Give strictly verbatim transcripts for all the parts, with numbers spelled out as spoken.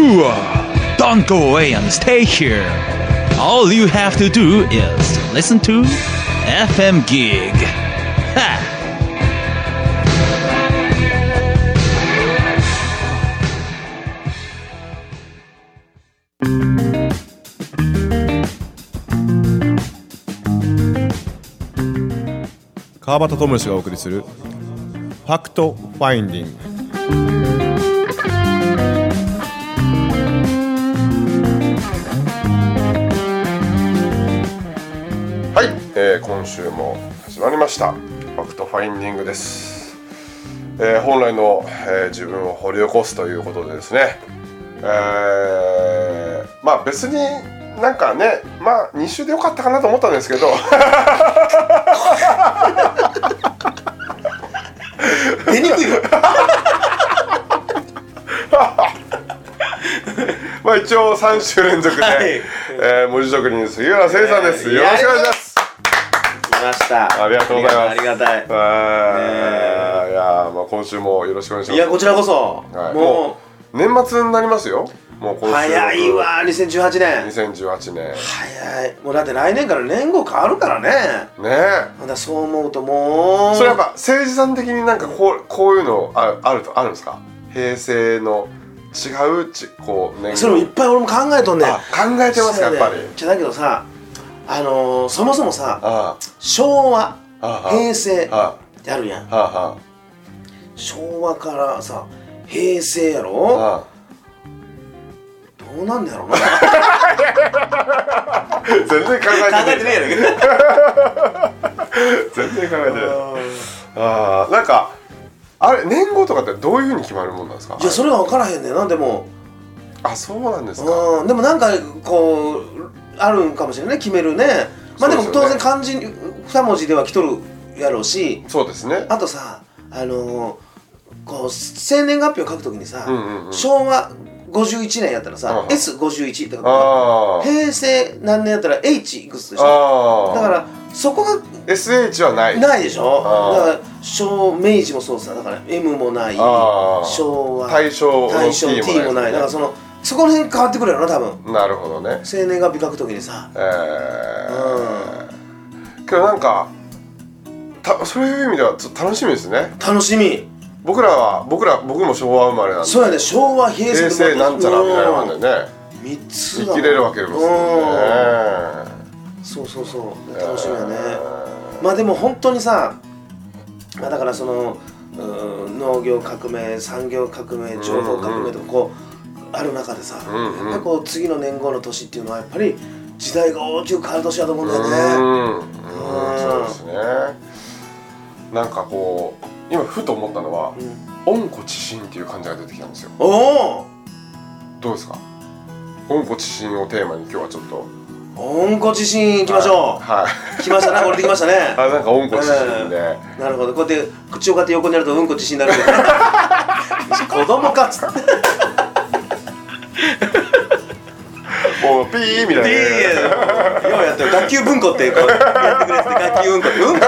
Cool! Don't go away and stay here. All you have to do is listen to エフエム Gig. Ha! 川端智之がお送りするファクトファインディング。 はい、えー、今週も始まりましたファクトファインディングです。えー、本来の、えー、自分を掘り起こすということでですね、えー、まあ別になんかね、まあに週でよかったかなと思ったんですけど出にくいよまあ一応さん週連続で、はい、えー、文字職人杉浦誠さんです、えー、よろしくお願いします。 来ました。 ありがとうございます。 ありがたい。 あ、えー、いや、まあ、今週もよろしくお願いします。 いや、こちらこそ、 はい、 もう、 もう年末になりますよ。もう今週早いわ、にせんじゅうはちねん。 にせんじゅうはちねん早い。もうだって来年から年号変わるからね。ねえ。 まだそう思うともうそれやっぱ政治さん的になんかこう、こういうのある、あるとあるんですか。平成の違うちこう年号。 それもいっぱい俺も考えとんねん。 あ、考えてますか、やっぱり。 じゃだけどさ、あのー、そもそもさ、 ああ昭和、 ああ平成あってあるやん。 あああ昭和からさ、平成やろ。 ああどうなんだろうな全然考えてない考えてねえやろけど全然考えてないああ、なんかあれ年号とかってどういうふうに決まるもんなんですか。 いや、それは分からへんねんな。でもあ、そうなんですか。 うん、でもなんかこうあるんかもしれないね、決めるね。まあでも当然漢字に文字では来とるやろうし、 そうですね。 あとさ、あのー、こう生年月日を書くときにさ、 うんうんうん、 昭和ごじゅういちねんやったらさ、 うん、 エスごじゅういち って書くから、平成何年やったら H いくつでしょ。だからそこがエスエイチ はないないでしょ。だから昭明治もそうさ、だから M もない、昭和大正大正 T もない、だからそのそこの辺変わってくるやろな、多分。 なるほどね。 生年月日書くときにさ、 えー、うん、けどなんかたそういう意味ではちょっと楽しみですね。 楽しみ。 僕らは僕ら僕も昭和生まれなんで。 そうやね、昭和平成平成なんちゃらみたいな感じでね、 みっつ生きれるわけですよね。 そうそうそう、楽しみやね。まあでも本当にさ、まあだからその農業革命、産業革命、情報革命とかこうある中でさ、やっぱりこう次の年号の年っていうのはやっぱり時代が大きく変わる年だと思うんだよね。 うん、そうですね。なんかこう今ふと思ったのは、うん、温故知新っていう漢字が出てきたんですよ。 おお、どうですか。温故知新をテーマに今日はちょっと温故知新いきましょう。はい、はい、来ましたね、これできましたね。 あ、なんか温故知新で、 えー、なるほど。こうやって口をかって横にやるとうんこ知新になるけど、ね、子供かっつってもうピーみたいな、ね、 ピーようやってる。学級文庫ってこうやってくれてて、学級文庫ってうんこ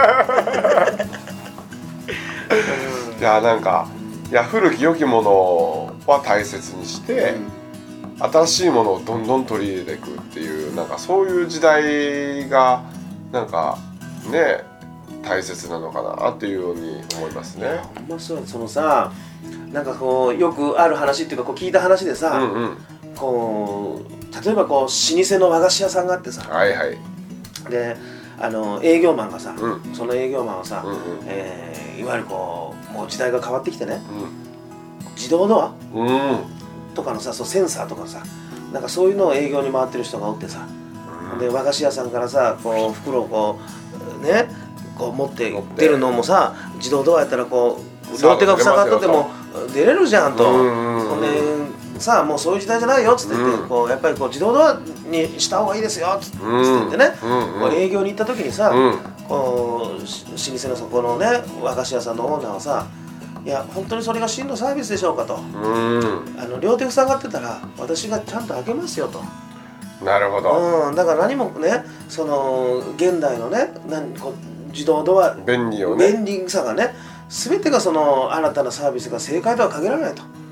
いや、なんかいや古き良きものは大切にして、うん、新しいものをどんどん取り入れていくっていう、なんかそういう時代がなんかね大切なのかなっていうように思いますね。 ほんまそう。そのさ、なんかこうよくある話っていうかこう聞いた話でさ、うんうん、こう例えばこう老舗の和菓子屋さんがあってさ、 はいはい、であの営業マンがさ、 うん、 その営業マンはさ、うんうん、えー、いわゆるこうもう時代が変わってきてね、うん、自動ドア、うん、とかのさ、そうセンサーとかさ、なんかそういうのを営業に回ってる人がおってさ、うん、で和菓子屋さんからさこう袋をこうねこう持って出るのもさ、自動ドアやったらこう両手が塞がっとっても出れるじゃんと。ほんでさあ、もうそういう時代じゃないよっつって言って、うん、こうやっぱりこう自動ドアにした方がいいですよっつって言ってね、うんうん、こう営業に行った時にさ、うん、こう老舗のそこのね和菓子屋さんのオーナーはさ、いや本当にそれが真のサービスでしょうかと、うん、あの両手塞がってたら私がちゃんと開けますよと。 なるほど、 うん、だから何もね、その現代のね何こう自動ドア便利よね、 便利さがね全てがその新たなサービスが正解とは限らないと。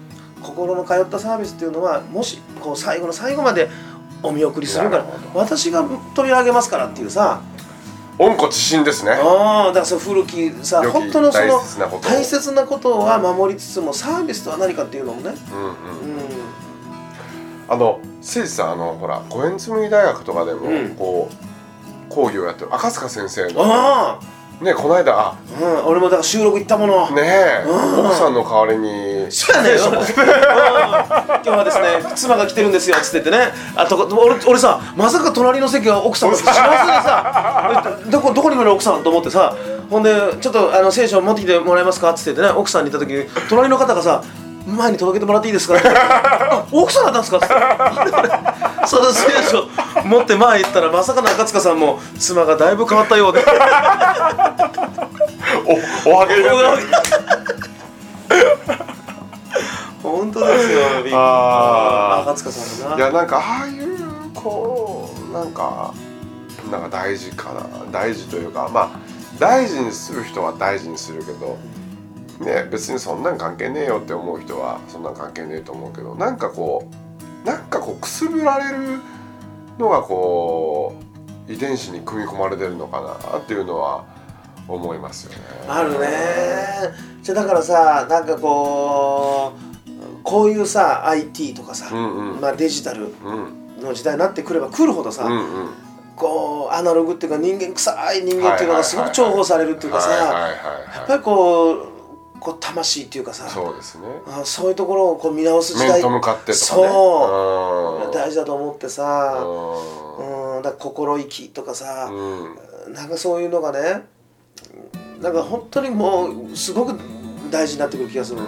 心の通ったサービスっていうのはもしこう最後の最後までお見送りするから私が取り上げますからっていうさ、 温故知新ですね。 ああ、だからその古きさ本当のその大切なこと大切なことは守りつつもサービスとは何かっていうのもね、 うんうん、 うん、 あの誠司さん、あのほら五円紬大学とかでも、うん、こう講義をやってる赤塚先生のあね、この間あ、 うん、俺もだから収録行ったものねえ、うん、奥さんの代わりにそうやねん今日はですね妻が来てるんですよつって言ってね、あと 俺, 俺さまさか隣の席が奥さんが幸せでさどこどこにもいる奥さんと思ってさ、ほんでちょっとあの聖書持ってきてもらえますかっつって言ってね、奥さんに言った時に隣の方がさ前に届けてもらっていいですかってあ奥さんだったんですかってその聖書持って前行ったらまさかの赤塚さんも妻がだいぶ変わったようでおおはげになって本当ですよ。あ赤塚さんもな、 いやなんかああいうこうなんかなんか大事かな、大事というか、まあ大事にする人は大事にするけどね、別にそんなん関係ねえよって思う人はそんなん関係ねえと思うけど、なんかこうなんかこうくすぶられるのがこう遺伝子に組み込まれてるのかなっていうのは思いますよね。 あるね。じゃだからさ、なんかこうこういうさ アイティー とかさ、うんうん、まあ、デジタルの時代になってくればくるほどさ、うんうん、こうアナログっていうか人間臭い人間っていうのがすごく重宝されるっていうかさ、やっぱりこうこう魂っていうかさ、 そうですね、 あそういうところをこう見直す時代、 面と向かってとかね、 そう大事だと思ってさ、うん、だから心意気とかさ、うん、なんかそういうのがね、なんか本当にもうすごく大事になってくる気がするね、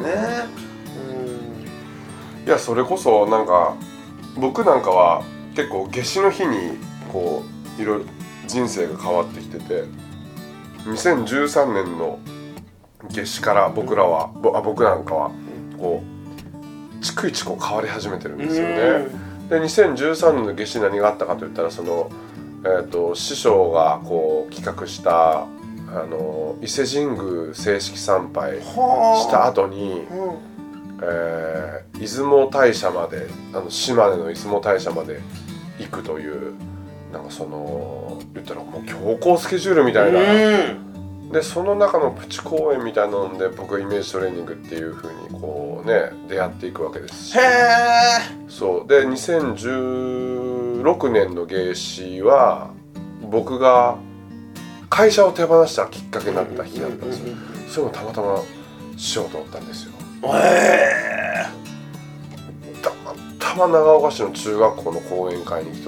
うん、いやそれこそなんか僕なんかは結構夏至の日にこういろいろ人生が変わってきてて、にせんじゅうさんねんの夏至から僕らは、あ僕なんかはこう逐一こう変わり始めてるんですよね。でにせんじゅうさんねんの夏至何があったかといったら、その、えーと、師匠がこう企画したあの伊勢神宮正式参拝した後に、えー、出雲大社まで、あの島根の出雲大社まで行くという、なんかその言ったらもう強行スケジュールみたいな、でその中のプチ公演みたいなので僕はイメージトレーニングっていう風にこうね出会っていくわけですし、 へそうでにせんじゅうろくねんの夏至は僕が会社を手放したきっかけになった日だったんですよ。それもたまたましようと思ったんですよ。 へーたまたま長岡市の中学校の講演会に来とって、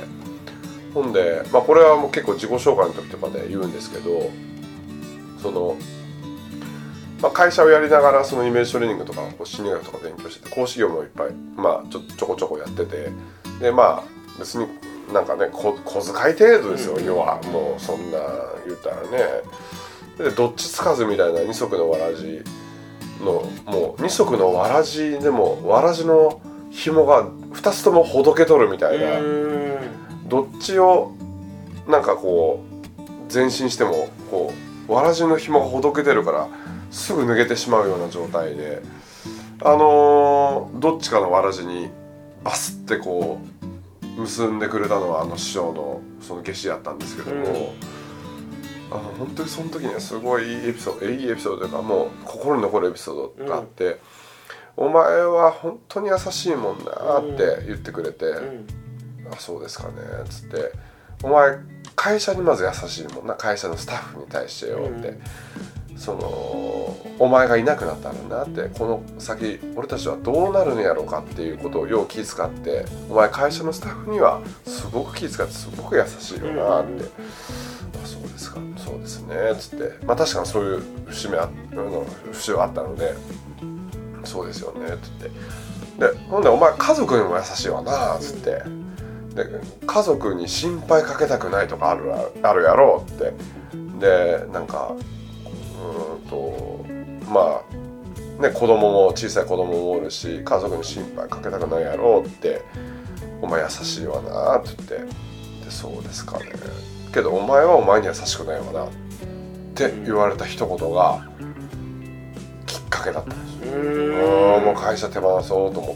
ほんで、まあ、これはもう結構自己紹介の時とかで言うんですけど、その、まあ、会社をやりながらそのイメージトレーニングとか心理学とか勉強してて、講師業もいっぱい、まあ、ちょ, ちょこちょこやってて、でまあ別になんかね 小, 小遣い程度ですよ、うん、要はもうそんな言ったらね、でどっちつかずみたいな二足のわらじの、もう二足のわらじでもわらじの紐が二つともほどけとるみたいな、どっちをなんかこう前進してもこうわらじの紐がほどけてるからすぐ脱げてしまうような状態で、あのー、どっちかのわらじにバスってこう結んでくれたのはあの師匠のその夏至やったんですけども、うん、あの本当にその時にはすごいいいエピソード、いいエピソードというかもう心に残るエピソードがあって、うん、お前は本当に優しいもんなって言ってくれて、うん、あそうですかねつって、お前会社にまず優しいもんな、会社のスタッフに対してよって、うん、そのお前がいなくなったらなって、この先俺たちはどうなるんやろうかっていうことをよう気遣って、お前会社のスタッフにはすごく気遣ってすごく優しいよなって、うん、あそうですかそうですねつって、まあ確かにそういう節目あ節はあったので、そうですよねつって、でほんでお前家族にも優しいわなつって、で家族に心配かけたくないとかあるあるやろうって、でなんかうーんとまあね子供も小さい子供もおるし家族に心配かけたくないやろうって、お前優しいわなって言って、でそうですかねけどお前はお前に優しくないわなって言われた一言がきっかけだったんですよ。うんもう会社手放そうと思って、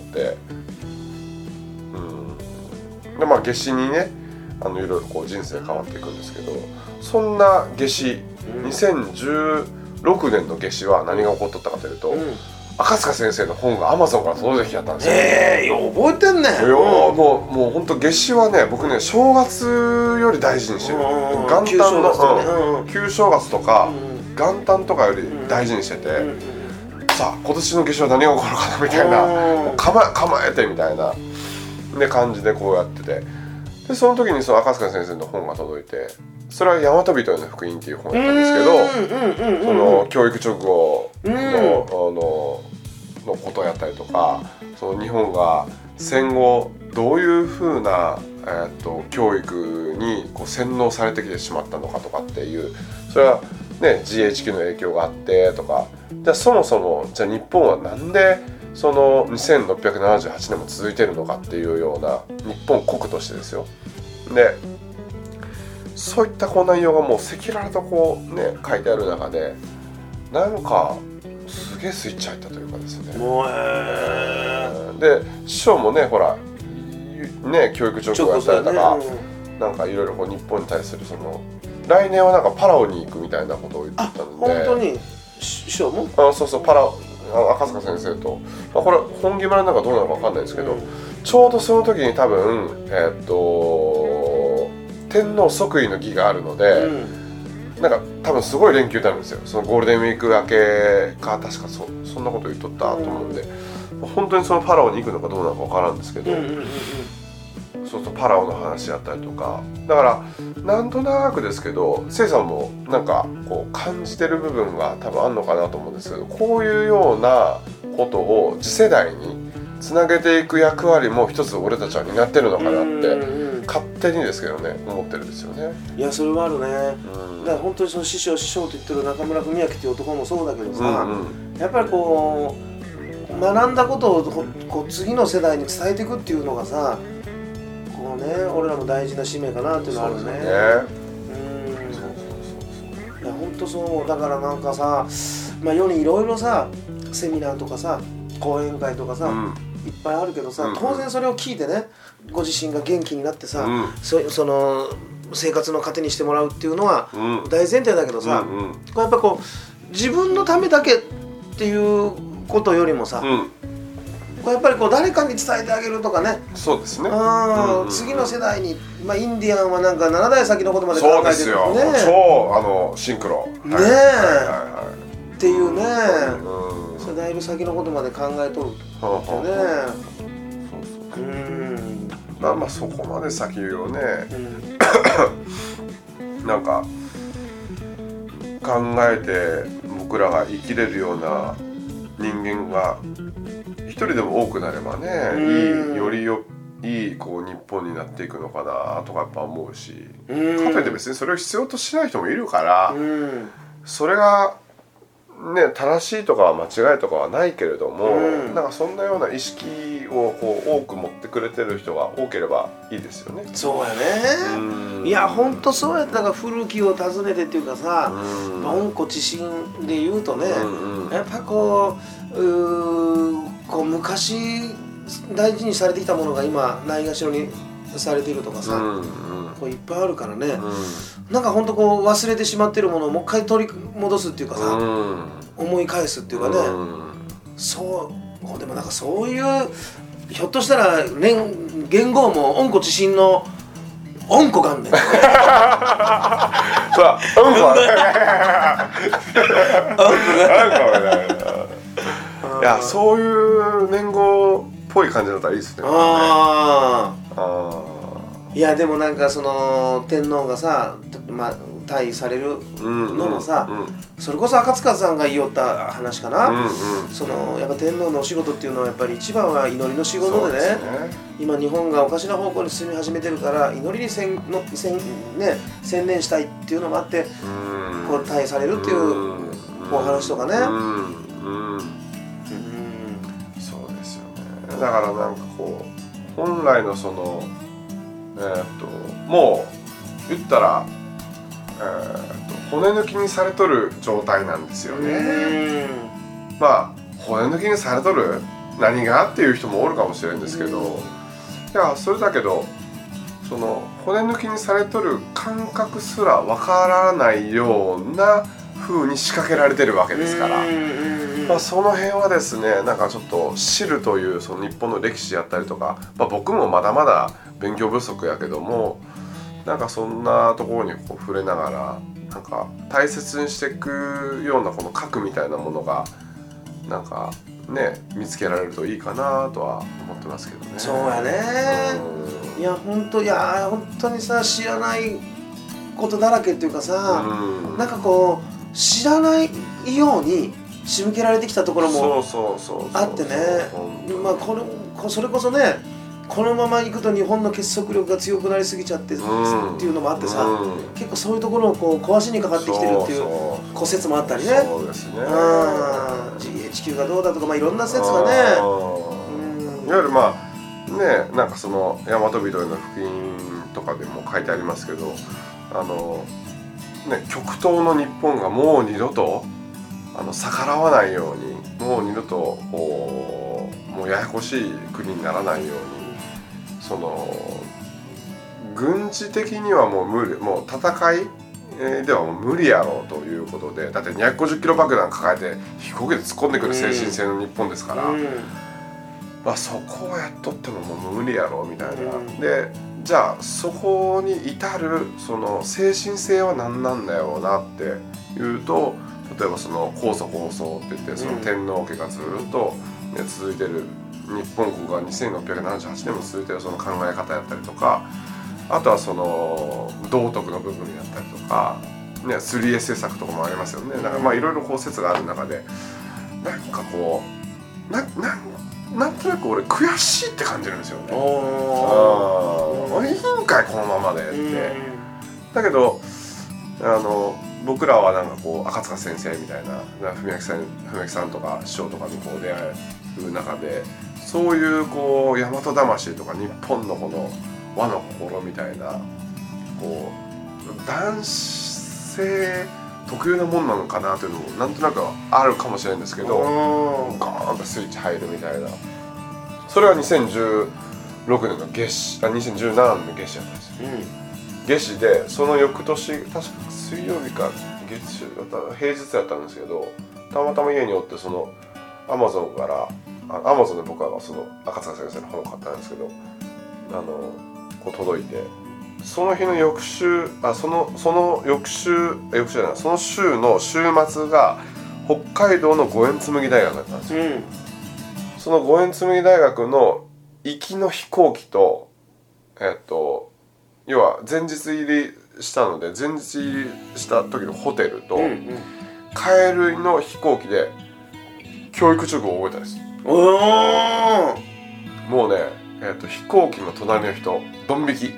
うんでまあ夏至にねあのいろいろこう人生変わっていくんですけど、そんな夏至にせんじゅうろくねんの夏至は何が起こっとったかというと、うん、赤塚先生の本がアマゾンから届いてきちゃったんですよ。 えー、覚えてんねん。 いやもうもう本当夏至はね僕ね正月より大事にしてる。元旦の、うん、旧正月とか、うん、元旦とかより大事にしてて、うんうん、さあ今年の夏至は何が起こるかなみたいな、もう構え構えてみたいなで感じでこうやってて、でその時にその赤塚先生の本が届いて、それは大和人への福音っていう本だったんですけど、その教育直後の、あののことをやったりとか、その日本が戦後どういう風な、えー、と教育にこう洗脳されてきてしまったのかとかっていう、それはね ジーエイチキュー の影響があってとか、じゃあそもそもじゃあ日本はなんでそのにせんろっぴゃくななじゅうはちねんも続いてるのかっていうような日本国としてですよ。でそういったこう内容がもう赤裸々とこうね書いてある中で、なんかすげえスイッチ入ったというかですね。もうえー、で師匠もねほらね教育直後やったりとか、ね、なんかいろいろこう日本に対するその来年はなんかパラオに行くみたいなことを言ってたんで。 本当に師匠もあそうそうパラ赤塚先生と、まあ、これ本決まりなんかどうなのか分かんないですけど、うん、ちょうどその時に多分えー、っと天皇即位の儀があるので、うん、なんか多分すごい連休になるんですよ。そのゴールデンウィーク明けか確か そ, そんなこと言っとったと思うんで、うん、本当にそのパラオに行くのかどうなのか分からんですけど、うんうんうんうん、そうそうパラオの話やったりとか、だからなんとなくですけどせいさんもなんかこう感じてる部分が多分あるのかなと思うんですけど、こういうようなことを次世代につなげていく役割も一つ俺たちは担ってるのかなって勝手にですけどね思ってるんですよね。 いやそれはあるね、うん、だから本当にその師匠師匠と言ってる中村文明っていう男もそうだけどさ、うんうん、やっぱりこう学んだことをこう次の世代に伝えていくっていうのがさ、こうね俺らの大事な使命かなっていうのはあるね。そうですね。うん。そうそうそうそう。いや本当そうだからなんかさ、まあ世にいろいろさセミナーとかさ講演会とかさ、うん、いっぱいあるけどさ、うんうん、当然それを聞いてねご自身が元気になってさ、うん、そ, その生活の糧にしてもらうっていうのは大前提だけどさ、うんうん、これやっぱこう自分のためだけっていうことよりもさ、うん、これやっぱりこう誰かに伝えてあげるとかね。 そうですね。 うんうん、次の世代に、まあ、インディアンはなんかななだい先のことまで考えてるね。そうですよ。超あのシンクロ。 ねえ、はいはいはい、っていうね、うん、それだいぶ先のことまで考えとるってね。 そうそう。うんまあまあそこまで先をね、うん、なんか考えて僕らが生きれるような人間が一人でも多くなればね、うん、いいよりよいいこう日本になっていくのかなとかやっぱ思うし、うん、かといって別にそれを必要としない人もいるから、うん、それがね正しいとか間違いとかはないけれども、うん、なんかそんなような意識をこう多く持ってくれてる人が多ければいいですよね。 そうやね、うん、いやほんとそうやったから古きを訪ねてっていうかさ、うん、温故知新で言うとね、うんうん、やっぱこう、うこう昔大事にされてきたものが今ないがしろにされているとかさ、うんうん、こういっぱいあるからね、うん、なんかほんとこう忘れてしまってるものをもう一回取り戻すっていうかさ、うん、思い返すっていうかね、うん、そうでもなんかそういうひょっとしたら年元号も温故知新の温故元年そう温故いやそういう年号っぽい感じだったらいいですね。 ああいやでもなんかその天皇がさ、まあ、退位されるのもさ、うんうんうん、それこそ赤塚さんが言いよった話かな、うんうん、そのやっぱ天皇のお仕事っていうのはやっぱり一番は祈りの仕事で ね, でね今日本がおかしな方向に進み始めてるから祈りに専の専、ね、専念したいっていうのもあって、うん、こう退位されるっていう、うん、お話とかね、うんうんうん、 そうですよね。だからなんかこう本来のそのえー、ともう言ったら、えー、と骨抜きにされとる状態なんですよね。 まあ骨抜きにされとる何がっていう人もおるかもしれんですけど、うん、いやそれだけどその骨抜きにされとる感覚すらわからないような風に仕掛けられてるわけですから、まあ、その辺はですねなんかちょっと知るというその日本の歴史やったりとか、まあ、僕もまだまだ勉強不足やけどもなんかそんなところにこう触れながらなんか大切にしていくようなこの核みたいなものがなんかね見つけられるといいかなとは思ってますけどね。 そうやね、うん、いや本当いや本当にさ知らないことだらけっていうかさ、うん、なんかこう知らないように仕向けられてきたところもあってね、まあこれそれこそねこのままいくと日本の結束力が強くなりすぎちゃって、うん、っていうのもあってさ、うん、結構そういうところをこう壊しにかかってきてるっていう骨折もあったりね。 そうですね。 うん、ジーエイチキュー がどうだとか、まあ、いろんな説がね、 うん、いわゆるまあねなんかその大和人への福音とかでも書いてありますけどあの、ね、極東の日本がもう二度とあの逆らわないようにもう二度とこうもうややこしい国にならないようにその軍事的にはもう無理もう戦いではもう無理やろうということでだってにひゃくごじゅっキロ爆弾抱えて飛行機で突っ込んでくる精神性の日本ですから、うんまあ、そこをやっとってももう無理やろうみたいな、うん、でじゃあそこに至るその精神性は何なんだよなっていうと例えばその高祖高祖って言ってその天皇家がずっと、ね、続いてる日本国がにせんろっぴゃくななじゅうはちねんも続いてるその考え方やったりとかあとはその道徳の部分やったりとか、ね、スリーエス 政策とかもありますよね。なんかまあいろいろこう説がある中でなんかこうなななんとなく俺悔しいって感じるんですよね。ああいいんかいこのままでってだけどあの僕らはなんかこう赤塚先生みたいな文明さん文明さんとか師匠とかにこう出会える中でそういうこう大和魂とか日本のこの和の心みたいなこう男性特有なもんなのかなというのもなんとなくあるかもしれないんですけどガーンとスイッチ入るみたいなそれはにせんじゅうろくねんの夏至あにせんじゅうななねんの夏至やったんですよ、うん、夏至でその翌年確か水曜日か月週だった平日やったんですけどたまたま家におってそのアマゾンからアマゾンで僕はその赤塚先生の本を買ったんですけどあのこう届いてその日の翌週あそのその翌週翌週じゃないその週の週末が北海道の五円紬大学だったんですよ、うん、その五円紬大学の行きの飛行機とえっと要は前日入りしたので前日入りした時のホテルと、うんうん、帰りの飛行機で教育塾を覚えたんです。おもうねえー、と飛行機の隣の人ドン引き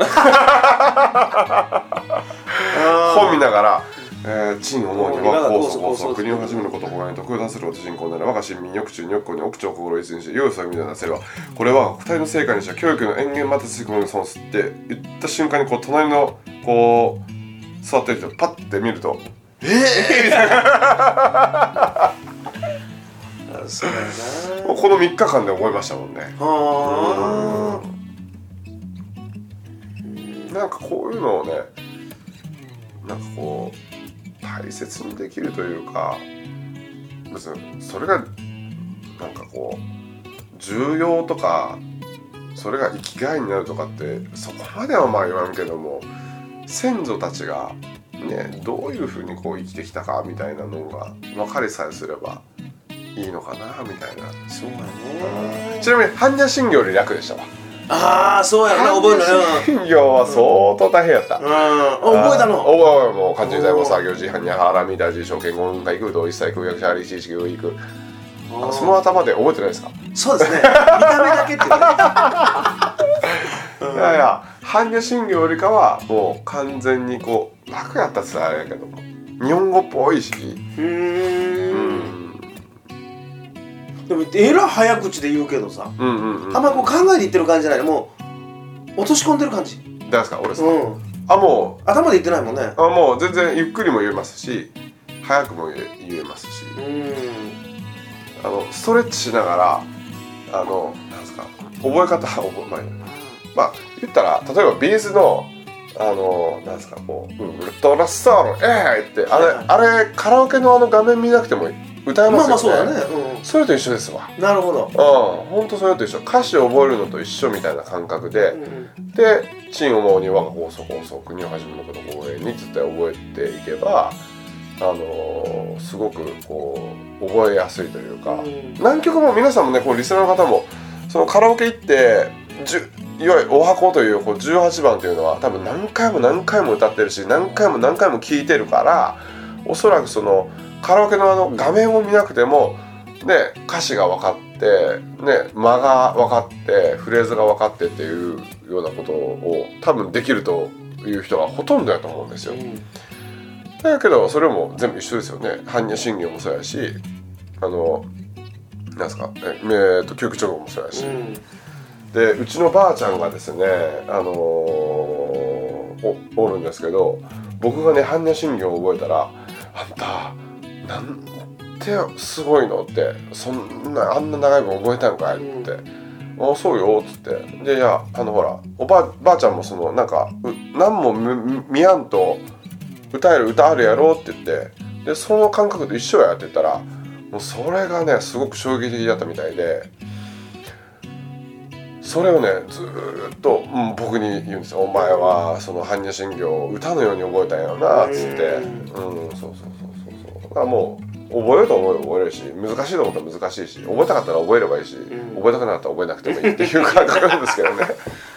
本見ながら、えー、地に思うには高祖高祖国を始めることを行い得を出せる人口なら我が親民抑中に抑高に奥長心を一にして良いそういう意味でなせればこれは二人の成果にした教育の延々またつくものに損すって言った瞬間にこう隣のこう座ってる人パッて見るとえーみたいなそうだよなこのみっかかんで覚えましたもんね。はうんなんかこういうのをねなんかこう大切にできるというか別にそれがなんかこう重要とかそれが生きがいになるとかってそこまではまあ言わんけども先祖たちがねどういうふうにこう生きてきたかみたいなのが分かりさえすればいいのかなみたいな。 そうだね。 ちなみに般若心経より楽でしたわ。 ああそうやな覚えるのよ。 心経は相当大変やった。うん、 覚えたの。 覚えもう漢字在も作業時般若波羅蜜多時証券言海空洞一切空薬者あり一式空行く。その頭で覚えてないですか？ そうですね。見た目だけっていうかね。 いやいや般若心経よりかはもう完全にこう楽やったって言ったらあれやけども日本語っぽいし。うーん。うんでもえらい早口で言うけどさ、うんうんうん、あんまこう考えて言ってる感じじゃないもう落とし込んでる感じ。 誰ですか俺ですか、うん、あもう頭で言ってないもんね。 あもう全然ゆっくりも言えますし早くも言え、言えますしうんあのストレッチしながらあのなんですか覚え方覚えまあ、まあ、言ったら例えばビーズのあのなんですかこうウルトラスタールえーってあれ、はいはい、あれカラオケのあの画面見なくても歌えますよね。まあまあそうだね、うん、それと一緒ですわ。 なるほど。 うん本当それと一緒。歌詞を覚えるのと一緒みたいな感覚で、うん、でチン思うに我が高速高速国を始めることを応援につって覚えていけばあのー、すごくこう覚えやすいというか、うん、何曲も皆さんもねこうリスナーの方もそのカラオケ行っていわゆるお箱というこうじゅうはちばんというのは多分何回も何回も歌ってるし何回も何回も聴いてるからおそらくそのカラオケのあの画面を見なくてもね歌詞が分かってね間が分かってフレーズが分かってっていうようなことを多分できるという人がほとんどだと思うんですよ。うんだけどそれも全部一緒ですよね。般若心経もそうやしあのなんですかええー、と教育長語もそうやし、うん、でうちのばあちゃんがですねあのー、お, おるんですけど僕がね般若心経を覚えたらあんたなんてすごいのってそんなあんな長い文覚えたんかいって、うん、あそうよっつってでいやあのほらおば, ばあちゃんもそのなんか何も見やんと歌える歌あるやろって言ってでその感覚と一緒やって言ったらもうそれがねすごく衝撃的だったみたいでそれをねずっと、うん、僕に言うんですよ。お前はその般若心経を歌のように覚えたんやろなっつって、うん、そうそうそうそうそうだからもう覚えようと思えば覚えれるし難しいと思ったら難しいし覚えたかったら覚えればいいし、うん、覚えたくなかったら覚えなくてもいいっていう感覚なんですけどね。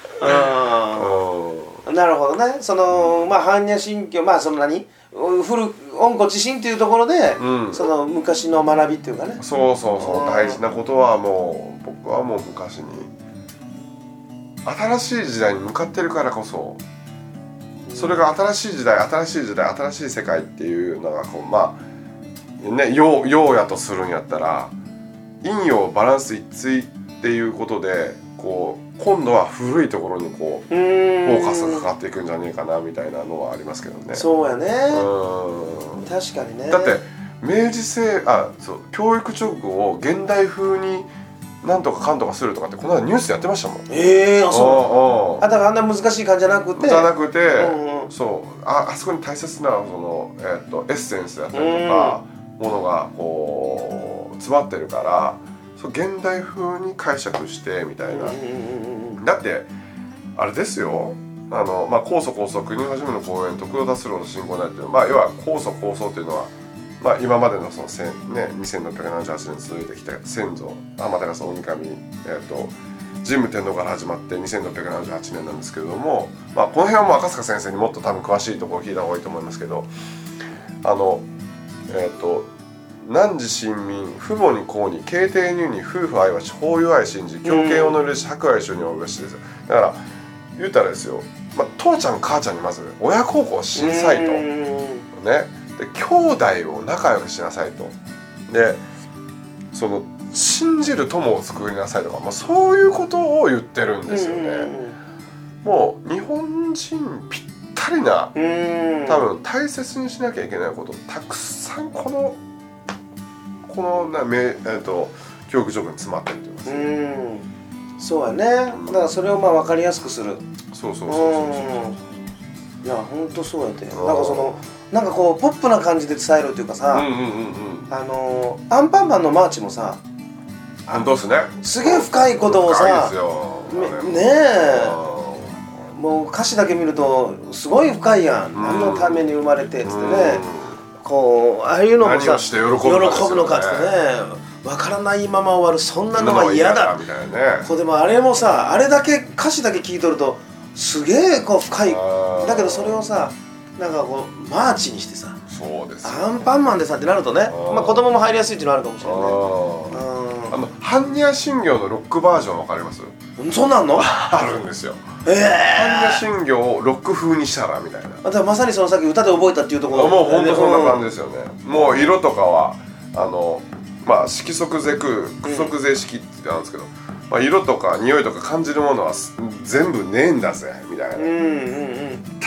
うん、なるほどね。そのまあ般若心経まあその何古温故知新というところで、うん、その昔の学びっていうかね。 そうそうそう大事なことはもう僕はもう昔に新しい時代に向かってるからこそそれが新しい時代新しい時代新しい世界っていうのがこうまあね陽やとするんやったら陰陽バランス一対っていうことでこう今度は古いところにこうフォーカスがかかっていくんじゃねえかなみたいなのはありますけどね。 そうやね。うん確かにね。 だって明治政あそう教育直後を現代風になんとかかんとかするとかってこの間ニュースでやってましたもん。 ええー、あそう。あだからあんな難しい感じじゃなくて。 じゃなくて、うんうん、そうああそこに大切なそのえー、っとエッセンスだったりとかものがこう詰まってるから。そう現代風に解釈してみたいな、うんうんうん、だってあれですよあの、まあ、高祖高祖国初めの公演と黒田スローの進行内っていうのは、まあ、要は高祖高祖っていうのは、まあ、今までのその、ね、にせんろっぴゃくななじゅうはちねん続いてきた先祖天照大神、えー、と神武天皇から始まってにせんろっぴゃくななじゅうはちねんなんですけれども、まあ、この辺はもう赤塚先生にもっと多分詳しいところを聞いた方がいいと思いますけどあのえっ、ー、と汝臣民父母に公に敬帝入に夫婦愛は法有愛信じ狂犬を乗れし博愛所におべしですよ。だから言ったらですよ、まあ、父ちゃん母ちゃんにまず親孝行しなさいと、ね、で兄弟を仲良くしなさいとでその信じる友を作りなさいとか、まあ、そういうことを言ってるんですよね。もう日本人ぴったりな多分大切にしなきゃいけないことたくさんこのこのなめ、えー、と教育上に詰まってるって言いますね。 うんそうやね。だからそれをまあ分かりやすくする。 そうそうそうそうそう。 いや本当そうやって。なんかそのなんかこうポップな感じで伝えるっていうかさ、うんうんうんうん、あのアンパンマンのマーチもさ、 あどうすね。 すげえ深いことをさ、深いですよねえ。もう歌詞だけ見るとすごい深いやん。うん、何のために生まれてっつってね。こうああいうのもさ何をして喜ぶのかですよね。喜ぶのかっつってね分からないまま終わるそんなのは嫌だみたいなね。こうでもあれもさあれだけ歌詞だけ聞いとるとすげえこう深いだけどそれをさなんかこうマーチにしてさそうですアンパンマンでさってなるとねまあ子供も入りやすいっていうのはあるかもしれないね。 あの般若心経のロックバージョン分かります？ そうなんの？ あるんですよ。え般若心経をロック風にしたらみたいな。 あまさにそのさっき歌で覚えたっていうところもう本当そんな感じですよね。うん、もう色とかはあのまあ色即是空空即是色ってなんですけど、まあ、色とか匂いとか感じるものは全部ねえんだぜみたいな。うんうんうん、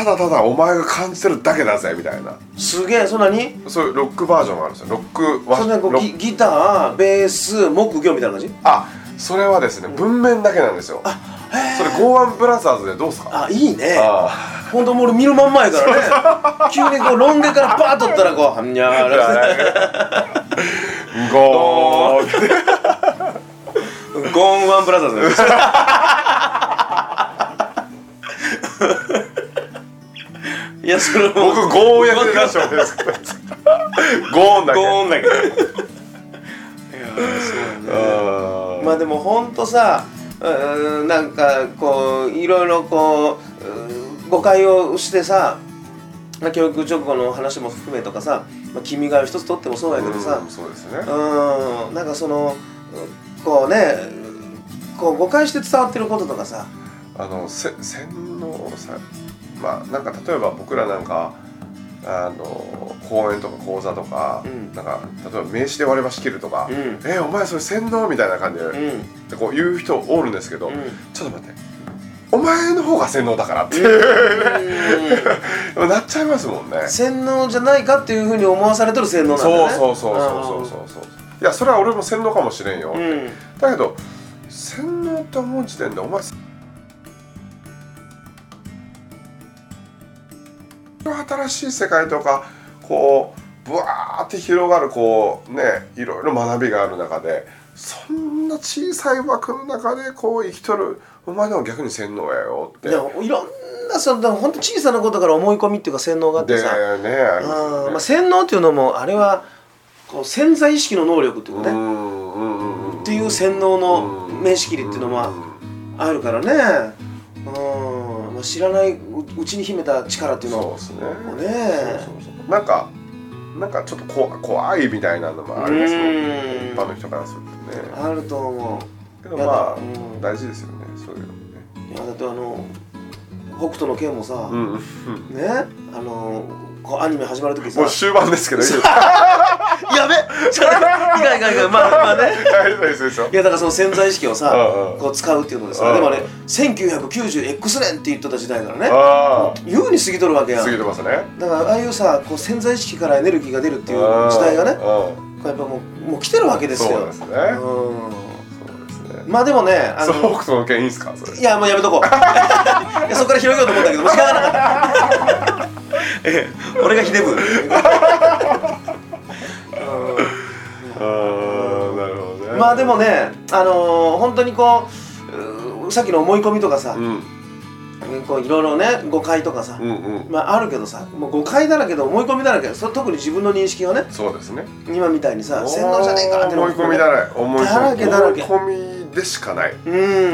ただただお前が感じてるだけだぜみたいな。 すげえ。そんなにそういうロックバージョンがあるんですよ。ロックそんなこう ギ, ギターベース木魚みたいな感じ。 あ、それはですね、うん、文面だけなんですよ。あ、それゴーワンブラザーズでどうですか。 あ、いいね。ほんともう俺見るまんまやからね急にこうロン毛からパーッと取ったらこうはんにゃーらゴーゴーンワンブラザーズですいや、それも僕ゴーン役で出してもらっていいですかゴーンだけゴーンだけいや、そうね。まあでもほんとさ、うん、なんかこういろいろこう誤解をしてさ、教育直後の話も含めとかさ、まあ、君が代一つとってもそうやけどさ、 うん、そうですね。 うん、なんかそのこうね、こう誤解して伝わってることとかさ、 あのせ洗脳さ、まあなんか例えば僕らなんかあの講演とか講座とか、うん、なんか例えば名刺で割り箸切るとか、うん、えお前それ洗脳みたいな感じで、うん、でこう言う人おるんですけど、うん、ちょっと待って、お前の方が洗脳だからってなっちゃいますもんね。 洗脳じゃないかっていうふうに思わされてる洗脳なんだよね。 そうそうそうそうそうそう。いやそれは俺も洗脳かもしれんよ、うん、だけど洗脳って思う時点でお前新しい世界とかこうブワーって広がるこうね、いろいろ学びがある中で、そんな小さい枠の中でこう生きとるお前のは逆に洗脳やよって。 いや、いろんなその本当小さなことから思い込みっていうか洗脳があってさ、 でね、ありますよね。 まあ、洗脳っていうのもあれはこう潜在意識の能力っていうかね、うんうんうん、っていう洗脳の名詞切りっていうのもあるからね。うん、まあ、知らないうちに秘めた力っていうのをそうですね。ね、そうそうそう、なんかなんかちょっと怖怖いみたいなのもありますもんね。一般の人からするとね。 あると思う。 けどまあ、うん、大事ですよね、そういうのね。 いやだってあの北斗の拳もさ、うん、ね、あのこうアニメ始まる時さ、 もう終盤ですけどいいですやべちょっといかんいかんいかん、まあまあねいやだからその潜在意識をさこう使うっていうのでさ、でもあれせんきゅうひゃくきゅうじゅうエックス 年って言ってた時代からね、優に過ぎとるわけやん。 過ぎてますね。 だからああいうさこう潜在意識からエネルギーが出るっていう時代がね、やっぱもうもう来てるわけですよ。 そうですね。 まあでもね、 あの北斗の拳いいんすかそれ。 いやもうやめとこういやそこから広げようと思ったけど時間がなかったええ、俺がひでぶまあでもね、あのー、本当にこうさっきの思い込みとかさ、うん、こういろいろね誤解とかさ、うんうん、まああるけどさ、もう誤解だらけで思い込みだらけ、そ特に自分の認識をね、 そうですね、 今みたいにさ洗脳じゃねえかって思い込みだらけ、思い込みでしかない。 うん、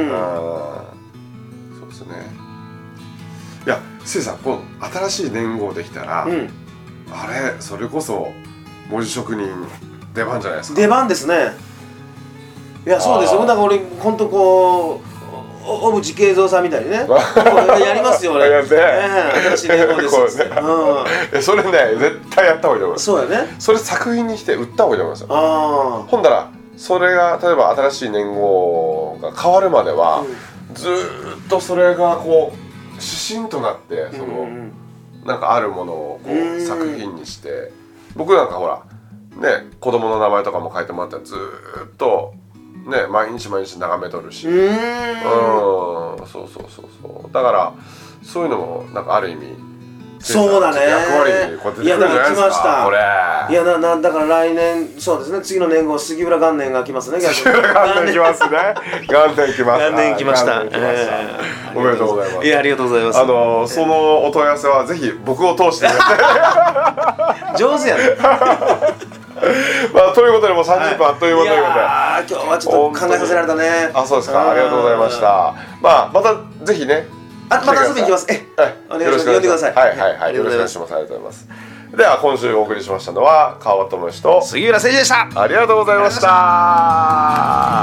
あそうですね。いやせいさん、この新しい年号できたら、うん、あれそれこそ文字職人出番じゃないですか。 出番ですね。いやそうですよ。なんか俺本当こうオブ自慶三さんみたいにねやりますよ俺、ね、新しい年号ですって、ね、 うん、それね絶対やった方がいいと思います。 そうやね。 それ作品にして売った方がいいと思いますよ。あほんだらそれが例えば新しい年号が変わるまでは、うん、ずーっとそれがこう指針となってその、うん、なんかあるものをこう作品にして、僕なんかほらね子供の名前とかも書いてもらったらずーっとね毎日毎日眺めとるし、うん、うんそうそうそうそう、だからそういうのもなんかある意味そうだね、 役割にこうやって出てくるんじゃないですかこれ。 いやななだから来年そうですね、次の年号杉浦元年が来ますね。 杉浦元年来ますね。元年来ます。 元年来ました。 おめでとうございます。 いやありがとうございます。 あのそのお問い合わせはぜひ僕を通してください。 上手やね。 まあということでもうさんじゅっぷんあっという間ということで、いや今日はちょっと考えさせられたね。 あそうですか、ありがとうございました。まあまたぜひね。 あ、また遊びに行きます。え、お願いします。呼んでください。 はいはいはい。よろしくお願いします。ありがとうございます。では今週お送りしましたのは川端智之と杉浦誠二でした。 ありがとうございました。